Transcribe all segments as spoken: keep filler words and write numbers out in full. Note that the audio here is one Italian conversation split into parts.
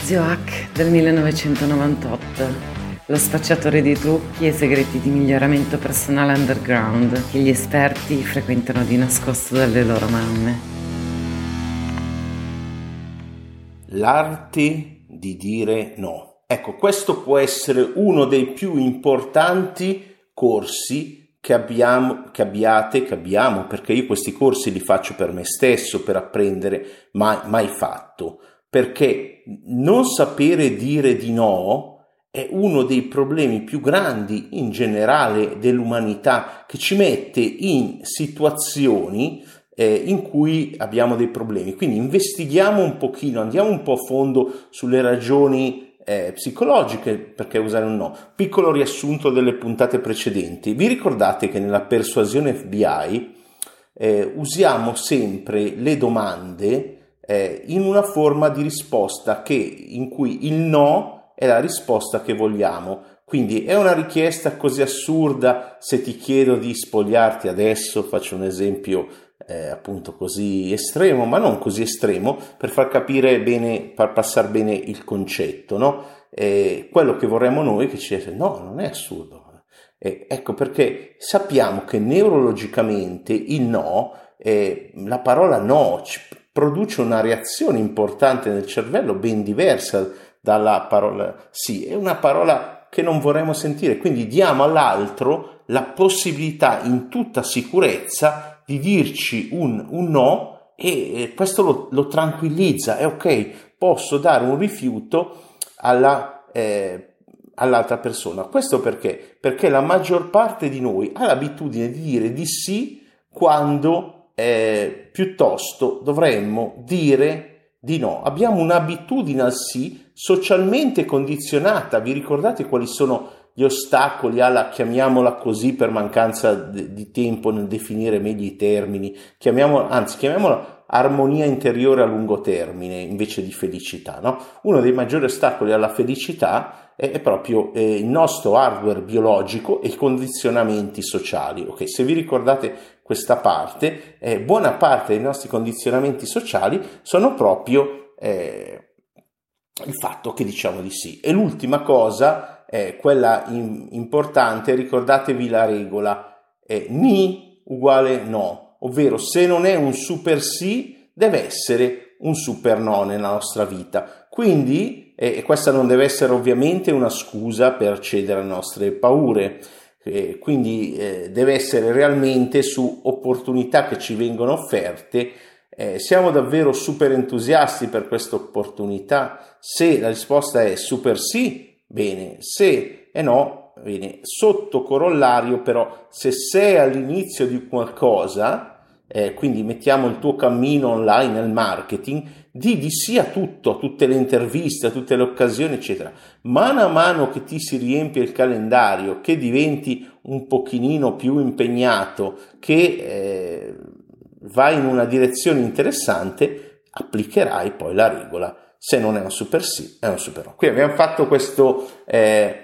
Zio Hack del millenovecentonovantotto, lo spacciatore di trucchi e segreti di miglioramento personale underground che gli esperti frequentano di nascosto dalle loro mamme. L'arte di dire no. Ecco, questo può essere uno dei più importanti corsi che abbiamo, che abbiate, che abbiamo, perché io questi corsi li faccio per me stesso, per apprendere, mai, mai fatto. Perché non sapere dire di no è uno dei problemi più grandi in generale dell'umanità, che ci mette in situazioni eh, in cui abbiamo dei problemi. Quindi investighiamo un pochino, andiamo un po' a fondo sulle ragioni eh, psicologiche perché usare un no. Piccolo riassunto delle puntate precedenti. Vi ricordate che nella persuasione F B I eh, usiamo sempre le domande Eh, in una forma di risposta che in cui il no è la risposta che vogliamo. Quindi è una richiesta così assurda se ti chiedo di spogliarti adesso, faccio un esempio eh, appunto così estremo, ma non così estremo, per far capire bene, far passare bene il concetto, no? Eh, quello che vorremmo noi che ci dice no, non è assurdo. Eh, ecco perché sappiamo che neurologicamente il no, eh, la parola no ci produce una reazione importante nel cervello ben diversa dalla parola sì, è una parola che non vorremmo sentire, quindi diamo all'altro la possibilità in tutta sicurezza di dirci un, un no e questo lo, lo tranquillizza, è ok, posso dare un rifiuto alla, eh, all'altra persona. Questo perché? Perché la maggior parte di noi ha l'abitudine di dire di sì quando Eh, piuttosto dovremmo dire di no. Abbiamo un'abitudine al sì socialmente condizionata. Vi ricordate quali sono gli ostacoli alla, chiamiamola così per mancanza de, di tempo nel definire meglio i termini, chiamiamola, anzi chiamiamola armonia interiore a lungo termine invece di felicità, no? Uno dei maggiori ostacoli alla felicità è, è proprio eh, il nostro hardware biologico e i condizionamenti sociali. Ok, se vi ricordate questa parte, eh, buona parte dei nostri condizionamenti sociali sono proprio eh, il fatto che diciamo di sì. E l'ultima cosa, eh, quella in, importante, ricordatevi la regola, eh, ni uguale no, ovvero se non è un super sì, deve essere un super no nella nostra vita. Quindi, e eh, questa non deve essere ovviamente una scusa per cedere alle nostre paure, eh, quindi eh, deve essere realmente su opportunità che ci vengono offerte. Eh, siamo davvero super entusiasti per questa opportunità? Se la risposta è super sì, bene, se è no, bene. Sotto corollario però, se sei all'inizio di qualcosa, eh, quindi mettiamo il tuo cammino online nel marketing, di di sì a tutto, a tutte le interviste, a tutte le occasioni, eccetera. Mano a mano che ti si riempie il calendario, che diventi un pochino più impegnato, che eh, vai in una direzione interessante, applicherai poi la regola. Se non è un super sì, è un super no. Qui abbiamo fatto questo eh,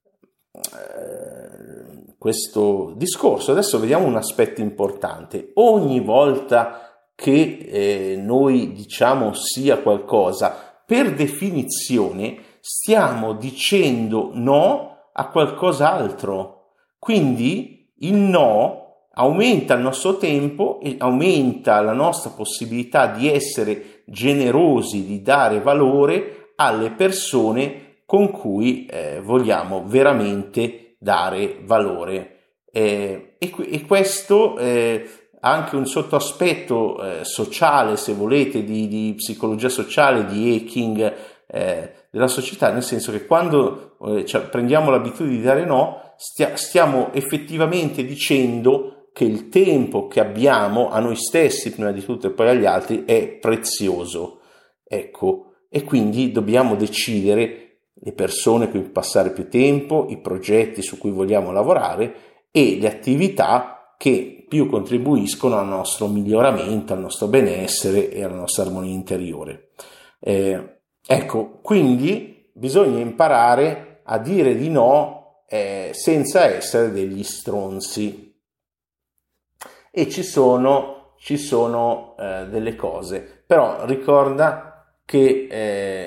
eh, questo discorso. Adesso vediamo un aspetto importante. Ogni volta che eh, noi diciamo sì a qualcosa, per definizione stiamo dicendo no a qualcos'altro. Quindi il no aumenta il nostro tempo e aumenta la nostra possibilità di essere generosi, di dare valore alle persone con cui eh, vogliamo veramente dare valore. Eh, e, e questo eh, ha anche un sottoaspetto eh, sociale, se volete, di, di psicologia sociale, di hacking eh, della società, nel senso che quando eh, cioè, prendiamo l'abitudine di dare no, stia, stiamo effettivamente dicendo che il tempo che abbiamo a noi stessi, prima di tutto, e poi agli altri, è prezioso. Ecco, e quindi dobbiamo decidere le persone con cui passare più tempo, i progetti su cui vogliamo lavorare e le attività che più contribuiscono al nostro miglioramento, al nostro benessere e alla nostra armonia interiore. Eh, ecco, quindi bisogna imparare a dire di no eh, senza essere degli stronzi. E ci sono, ci sono eh, delle cose, però ricorda che eh,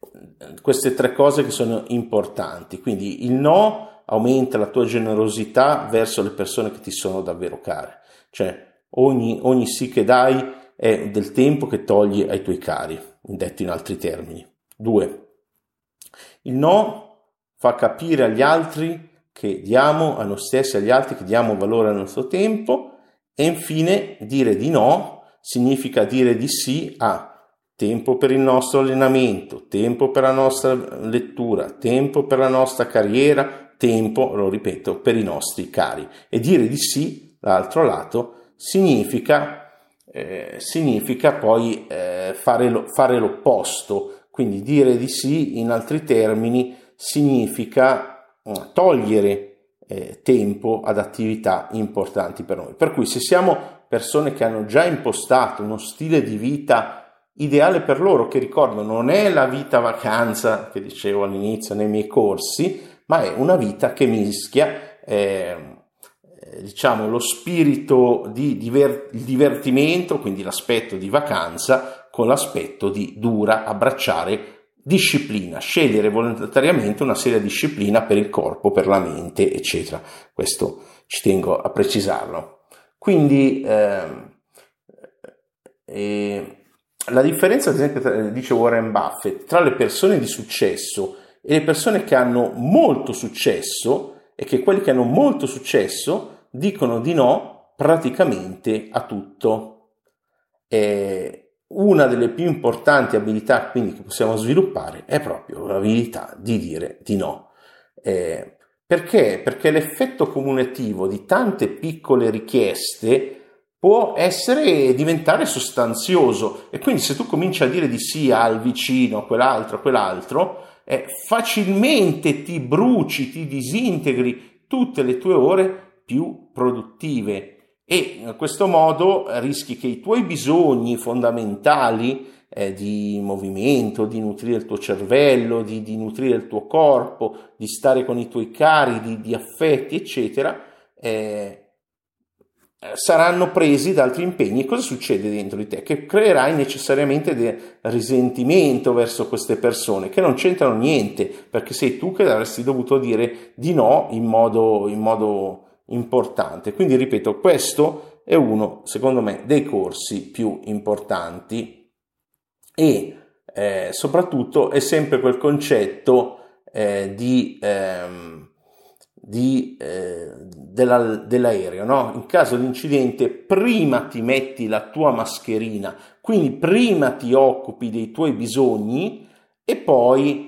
queste tre cose che sono importanti. Quindi il no aumenta la tua generosità verso le persone che ti sono davvero care, cioè ogni, ogni sì che dai è del tempo che togli ai tuoi cari, detto in altri termini. Due, il no fa capire agli altri che diamo a noi stessi, agli altri che diamo valore al nostro tempo. E infine dire di no significa dire di sì a tempo per il nostro allenamento, tempo per la nostra lettura, tempo per la nostra carriera, tempo, lo ripeto, per i nostri cari. E dire di sì, dall'altro lato, significa, eh, significa poi eh, fare, lo, fare l'opposto. Quindi dire di sì, in altri termini, significa togliere eh, tempo ad attività importanti per noi. Per cui se siamo persone che hanno già impostato uno stile di vita ideale per loro, che ricordo non è la vita vacanza che dicevo all'inizio nei miei corsi, ma è una vita che mischia eh, diciamo lo spirito di diver- il divertimento, quindi l'aspetto di vacanza, con l'aspetto di dura, abbracciare disciplina, scegliere volontariamente una seria disciplina per il corpo, per la mente, eccetera. Questo ci tengo a precisarlo. Quindi eh, eh, la differenza, ad esempio, tra, dice Warren Buffett, tra le persone di successo e le persone che hanno molto successo è che quelli che hanno molto successo dicono di no praticamente a tutto. Eh, Una delle più importanti abilità quindi che possiamo sviluppare è proprio l'abilità di dire di no. Eh, perché? Perché l'effetto cumulativo di tante piccole richieste può essere diventare sostanzioso, e quindi se tu cominci a dire di sì al vicino, a quell'altro, a quell'altro, eh, facilmente ti bruci, ti disintegri tutte le tue ore più produttive. E in questo modo rischi che i tuoi bisogni fondamentali eh, di movimento, di nutrire il tuo cervello, di, di nutrire il tuo corpo, di stare con i tuoi cari, di, di affetti, eccetera, eh, saranno presi da altri impegni. Cosa succede dentro di te? Che creerai necessariamente del risentimento verso queste persone che non c'entrano niente, perché sei tu che avresti dovuto dire di no in modo, in modo importante. Quindi ripeto, questo è uno, secondo me, dei corsi più importanti e eh, soprattutto è sempre quel concetto eh, di, ehm, di eh, della, dell'aereo, no? In caso di incidente prima ti metti la tua mascherina, quindi prima ti occupi dei tuoi bisogni e poi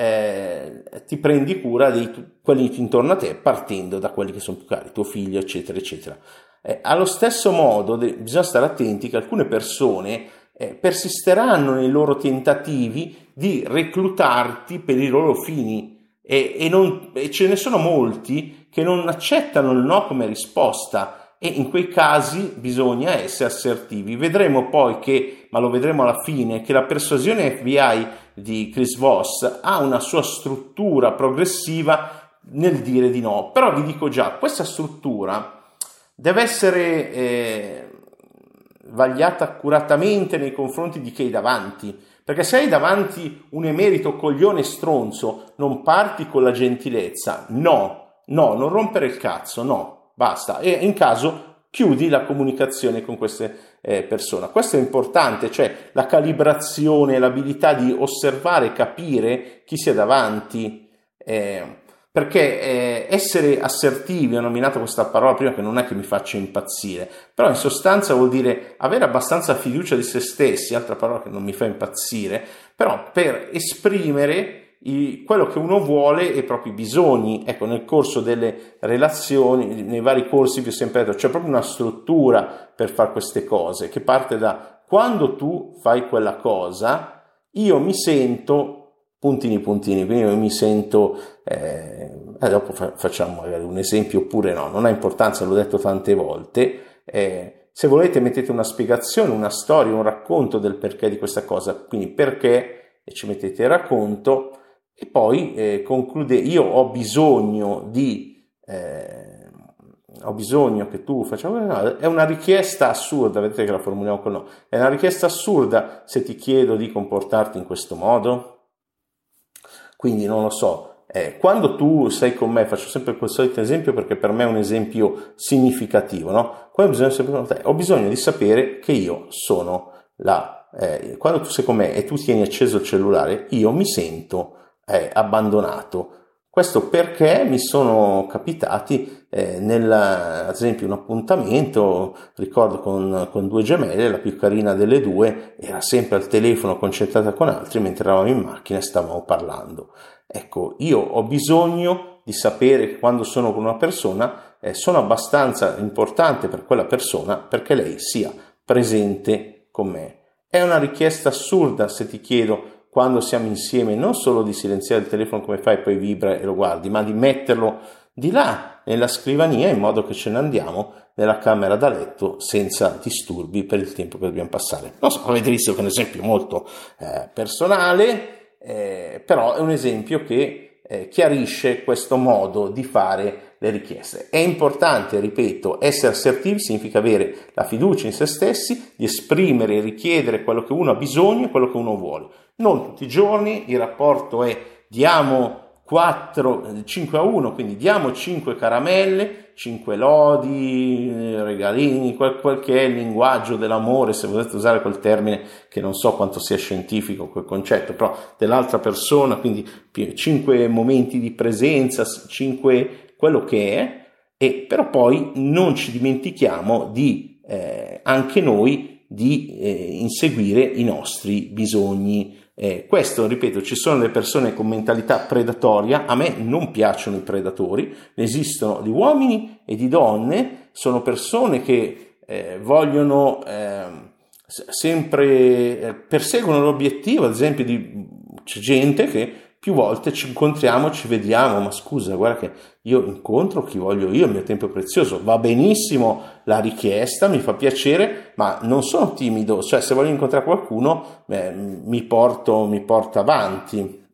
Eh, ti prendi cura di quelli intorno a te, partendo da quelli che sono più cari, tuo figlio, eccetera, eccetera. Eh, allo stesso modo de- bisogna stare attenti che alcune persone eh, persisteranno nei loro tentativi di reclutarti per i loro fini e, e, non, e ce ne sono molti che non accettano il no come risposta. E in quei casi bisogna essere assertivi. Vedremo poi che, ma lo vedremo alla fine, che la persuasione F B I di Chris Voss ha una sua struttura progressiva nel dire di no. Però vi dico già, questa struttura deve essere eh, vagliata accuratamente nei confronti di chi hai davanti. Perché se hai davanti un emerito coglione stronzo, non parti con la gentilezza. No, no, non rompere il cazzo, no. Basta, e in caso chiudi la comunicazione con queste eh, persone. Questo è importante, cioè la calibrazione, l'abilità di osservare e capire chi sia davanti, eh, perché eh, essere assertivi, ho nominato questa parola prima che non è che mi faccia impazzire, però in sostanza vuol dire avere abbastanza fiducia di se stessi, altra parola che non mi fa impazzire, però per esprimere I, quello che uno vuole e i propri bisogni. Ecco, nel corso delle relazioni, nei vari corsi vi ho sempre detto, c'è proprio una struttura per fare queste cose, che parte da quando tu fai quella cosa, io mi sento puntini puntini, quindi io mi sento eh, e dopo fa, facciamo magari un esempio oppure no, non ha importanza, l'ho detto tante volte, eh, se volete mettete una spiegazione, una storia, un racconto del perché di questa cosa, quindi perché, e ci mettete il racconto. E poi eh, conclude, io ho bisogno di, eh, ho bisogno che tu faccia, è una richiesta assurda, vedete che la formuliamo con no, è una richiesta assurda se ti chiedo di comportarti in questo modo? Quindi non lo so, eh, quando tu sei con me, faccio sempre quel solito esempio perché per me è un esempio significativo, no? Quando bisogna sempre con te, ho bisogno di sapere che io sono là. Eh, quando tu sei con me e tu tieni acceso il cellulare, io mi sento eh, abbandonato. Questo perché mi sono capitati eh, nel, ad esempio, un appuntamento, ricordo con, con due gemelle, la più carina delle due era sempre al telefono concentrata con altri mentre eravamo in macchina e stavamo parlando. Ecco, io ho bisogno di sapere che quando sono con una persona eh, sono abbastanza importante per quella persona perché lei sia presente con me. È una richiesta assurda se ti chiedo quando siamo insieme non solo di silenziare il telefono come fai e poi vibra e lo guardi, ma di metterlo di là nella scrivania in modo che ce ne andiamo nella camera da letto senza disturbi per il tempo che dobbiamo passare. Non so, avete visto che è un esempio molto eh, personale, eh, però è un esempio che eh, chiarisce questo modo di fare le richieste. È importante, ripeto, essere assertivi significa avere la fiducia in se stessi, di esprimere e richiedere quello che uno ha bisogno e quello che uno vuole. Non tutti i giorni, il rapporto è diamo quattro, cinque a uno, quindi diamo cinque caramelle, cinque lodi, regalini, quel, quel che è il linguaggio dell'amore, se volete usare quel termine che non so quanto sia scientifico quel concetto, però dell'altra persona, quindi cinque momenti di presenza, cinque quello che è, e però poi non ci dimentichiamo di eh, anche noi di eh, inseguire i nostri bisogni. Eh, questo, ripeto, ci sono le persone con mentalità predatoria, a me non piacciono i predatori, ne esistono di uomini e di donne, sono persone che eh, vogliono eh, sempre, eh, perseguono l'obiettivo, ad esempio di, c'è gente che più volte ci incontriamo, ci vediamo, ma scusa, guarda che io incontro chi voglio io, il mio tempo è prezioso, va benissimo la richiesta, mi fa piacere, ma non sono timido, cioè se voglio incontrare qualcuno eh, mi porto, mi porto avanti.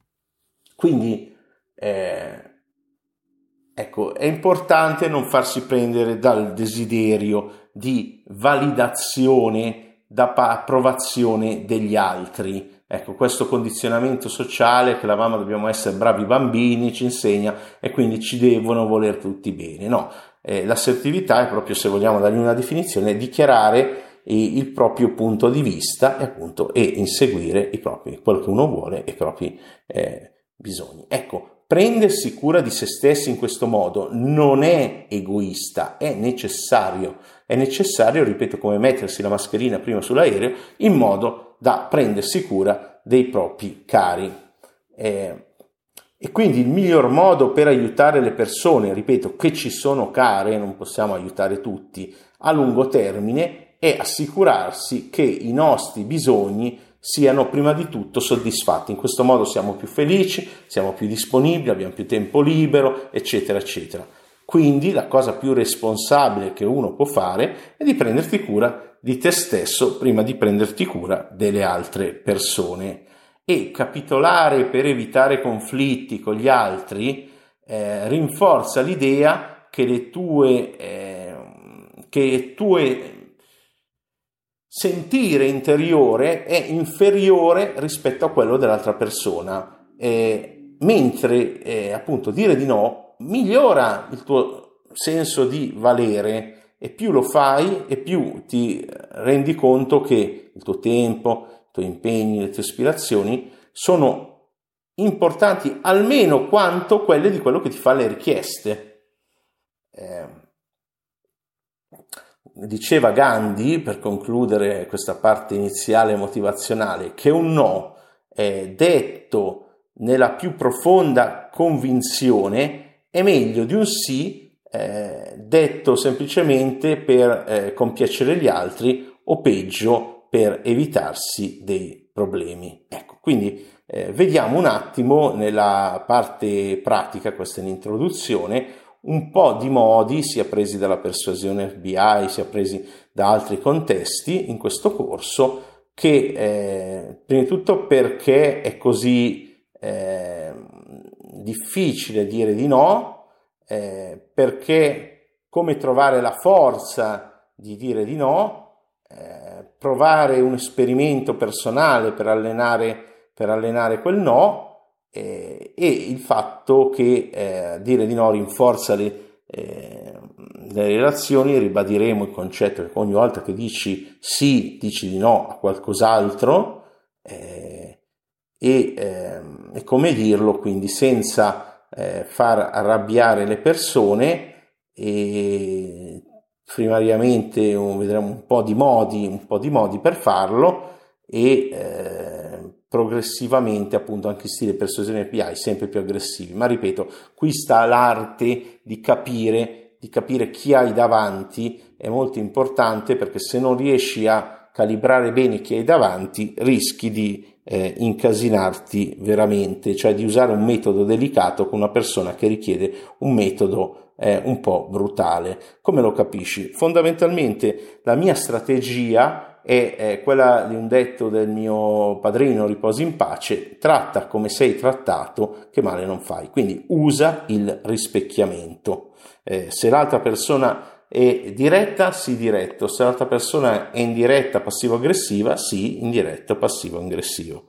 Quindi eh, ecco, è importante non farsi prendere dal desiderio di validazione, da approvazione degli altri. Ecco, questo condizionamento sociale che la mamma dobbiamo essere bravi bambini ci insegna e quindi ci devono voler tutti bene. No, eh, l'assertività è proprio, se vogliamo dargli una definizione, dichiarare eh, il proprio punto di vista e appunto e inseguire i propri, quello che uno vuole e i propri eh, bisogni. Ecco, prendersi cura di se stessi in questo modo non è egoista, è necessario. È necessario, ripeto, come mettersi la mascherina prima sull'aereo in modo da prendersi cura dei propri cari. Eh, e quindi il miglior modo per aiutare le persone, ripeto, che ci sono care, non possiamo aiutare tutti, a lungo termine, è assicurarsi che i nostri bisogni siano prima di tutto soddisfatti. In questo modo siamo più felici, siamo più disponibili, abbiamo più tempo libero, eccetera, eccetera. Quindi la cosa più responsabile che uno può fare è di prenderti cura di te stesso prima di prenderti cura delle altre persone. E capitolare per evitare conflitti con gli altri eh, rinforza l'idea che le tue eh, che le tue sentire interiore è inferiore rispetto a quello dell'altra persona, eh, mentre eh, appunto dire di no migliora il tuo senso di valere. E più lo fai e più ti rendi conto che il tuo tempo, i tuoi impegni, le tue aspirazioni sono importanti almeno quanto quelle di quello che ti fa le richieste. Eh, diceva Gandhi, per concludere questa parte iniziale motivazionale, che un no è detto nella più profonda convinzione è meglio di un sì Eh, detto semplicemente per eh, compiacere gli altri o peggio per evitarsi dei problemi. Ecco, quindi eh, vediamo un attimo nella parte pratica, questa è un'introduzione, un po' di modi sia presi dalla persuasione F B I sia presi da altri contesti in questo corso che eh, prima di tutto perché è così eh, difficile dire di no. Eh, perché come trovare la forza di dire di no, eh, provare un esperimento personale per allenare, per allenare quel no eh, e il fatto che eh, dire di no rinforza le, eh, le relazioni. Ribadiremo il concetto che ogni volta che dici sì, dici di no a qualcos'altro, eh, e, eh, e come dirlo quindi senza eh, far arrabbiare le persone. E primariamente un, vedremo un po' di modi, un po' di modi per farlo, e eh, progressivamente appunto anche in stile persuasione P I sempre più aggressivi. Ma ripeto, qui sta l'arte di capire, di capire chi hai davanti, è molto importante, perché se non riesci a calibrare bene chi hai davanti rischi di eh, incasinarti veramente, cioè di usare un metodo delicato con una persona che richiede un metodo eh, un po' brutale. Come lo capisci? Fondamentalmente la mia strategia è, è quella di un detto del mio padrino, riposi in pace: tratta come sei trattato, che male non fai. Quindi usa il rispecchiamento. Eh, se l'altra persona è diretta, sì diretto; se l'altra persona è indiretta, passivo-aggressiva, sì indiretto, passivo-aggressivo.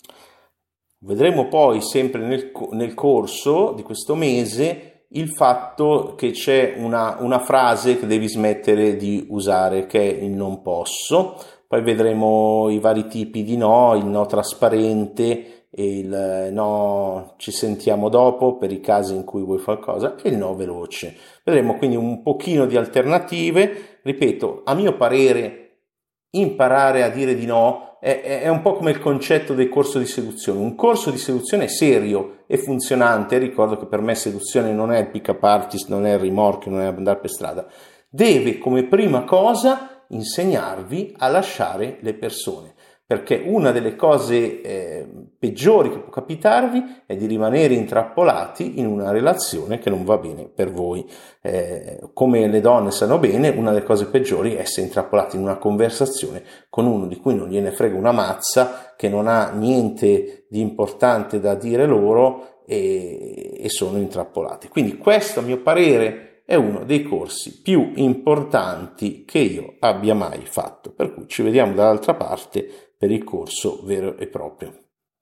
Vedremo poi sempre nel, nel corso di questo mese il fatto che c'è una, una frase che devi smettere di usare, che è il non posso. Poi vedremo i vari tipi di no: il no trasparente, il no ci sentiamo dopo per i casi in cui vuoi qualcosa, e il no veloce. Vedremo quindi un pochino di alternative. Ripeto, a mio parere imparare a dire di no è, è un po' come il concetto del corso di seduzione. Un corso di seduzione serio e funzionante, ricordo che per me seduzione non è il pick-up artist, non è il rimorchio, non è andare per strada, deve come prima cosa insegnarvi a lasciare le persone, perché una delle cose eh, peggiori che può capitarvi è di rimanere intrappolati in una relazione che non va bene per voi. Eh, come le donne sanno bene, una delle cose peggiori è essere intrappolati in una conversazione con uno di cui non gliene frega una mazza, che non ha niente di importante da dire loro, e, e sono intrappolati. Quindi questo, a mio parere, è uno dei corsi più importanti che io abbia mai fatto, per cui ci vediamo dall'altra parte per il corso vero e proprio.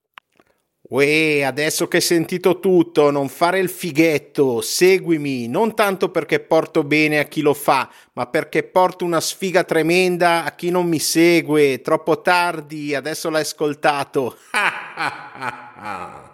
Uè, adesso che hai sentito tutto, non fare il fighetto, seguimi, non tanto perché porto bene a chi lo fa, ma perché porto una sfiga tremenda a chi non mi segue. Troppo tardi, adesso l'hai ascoltato.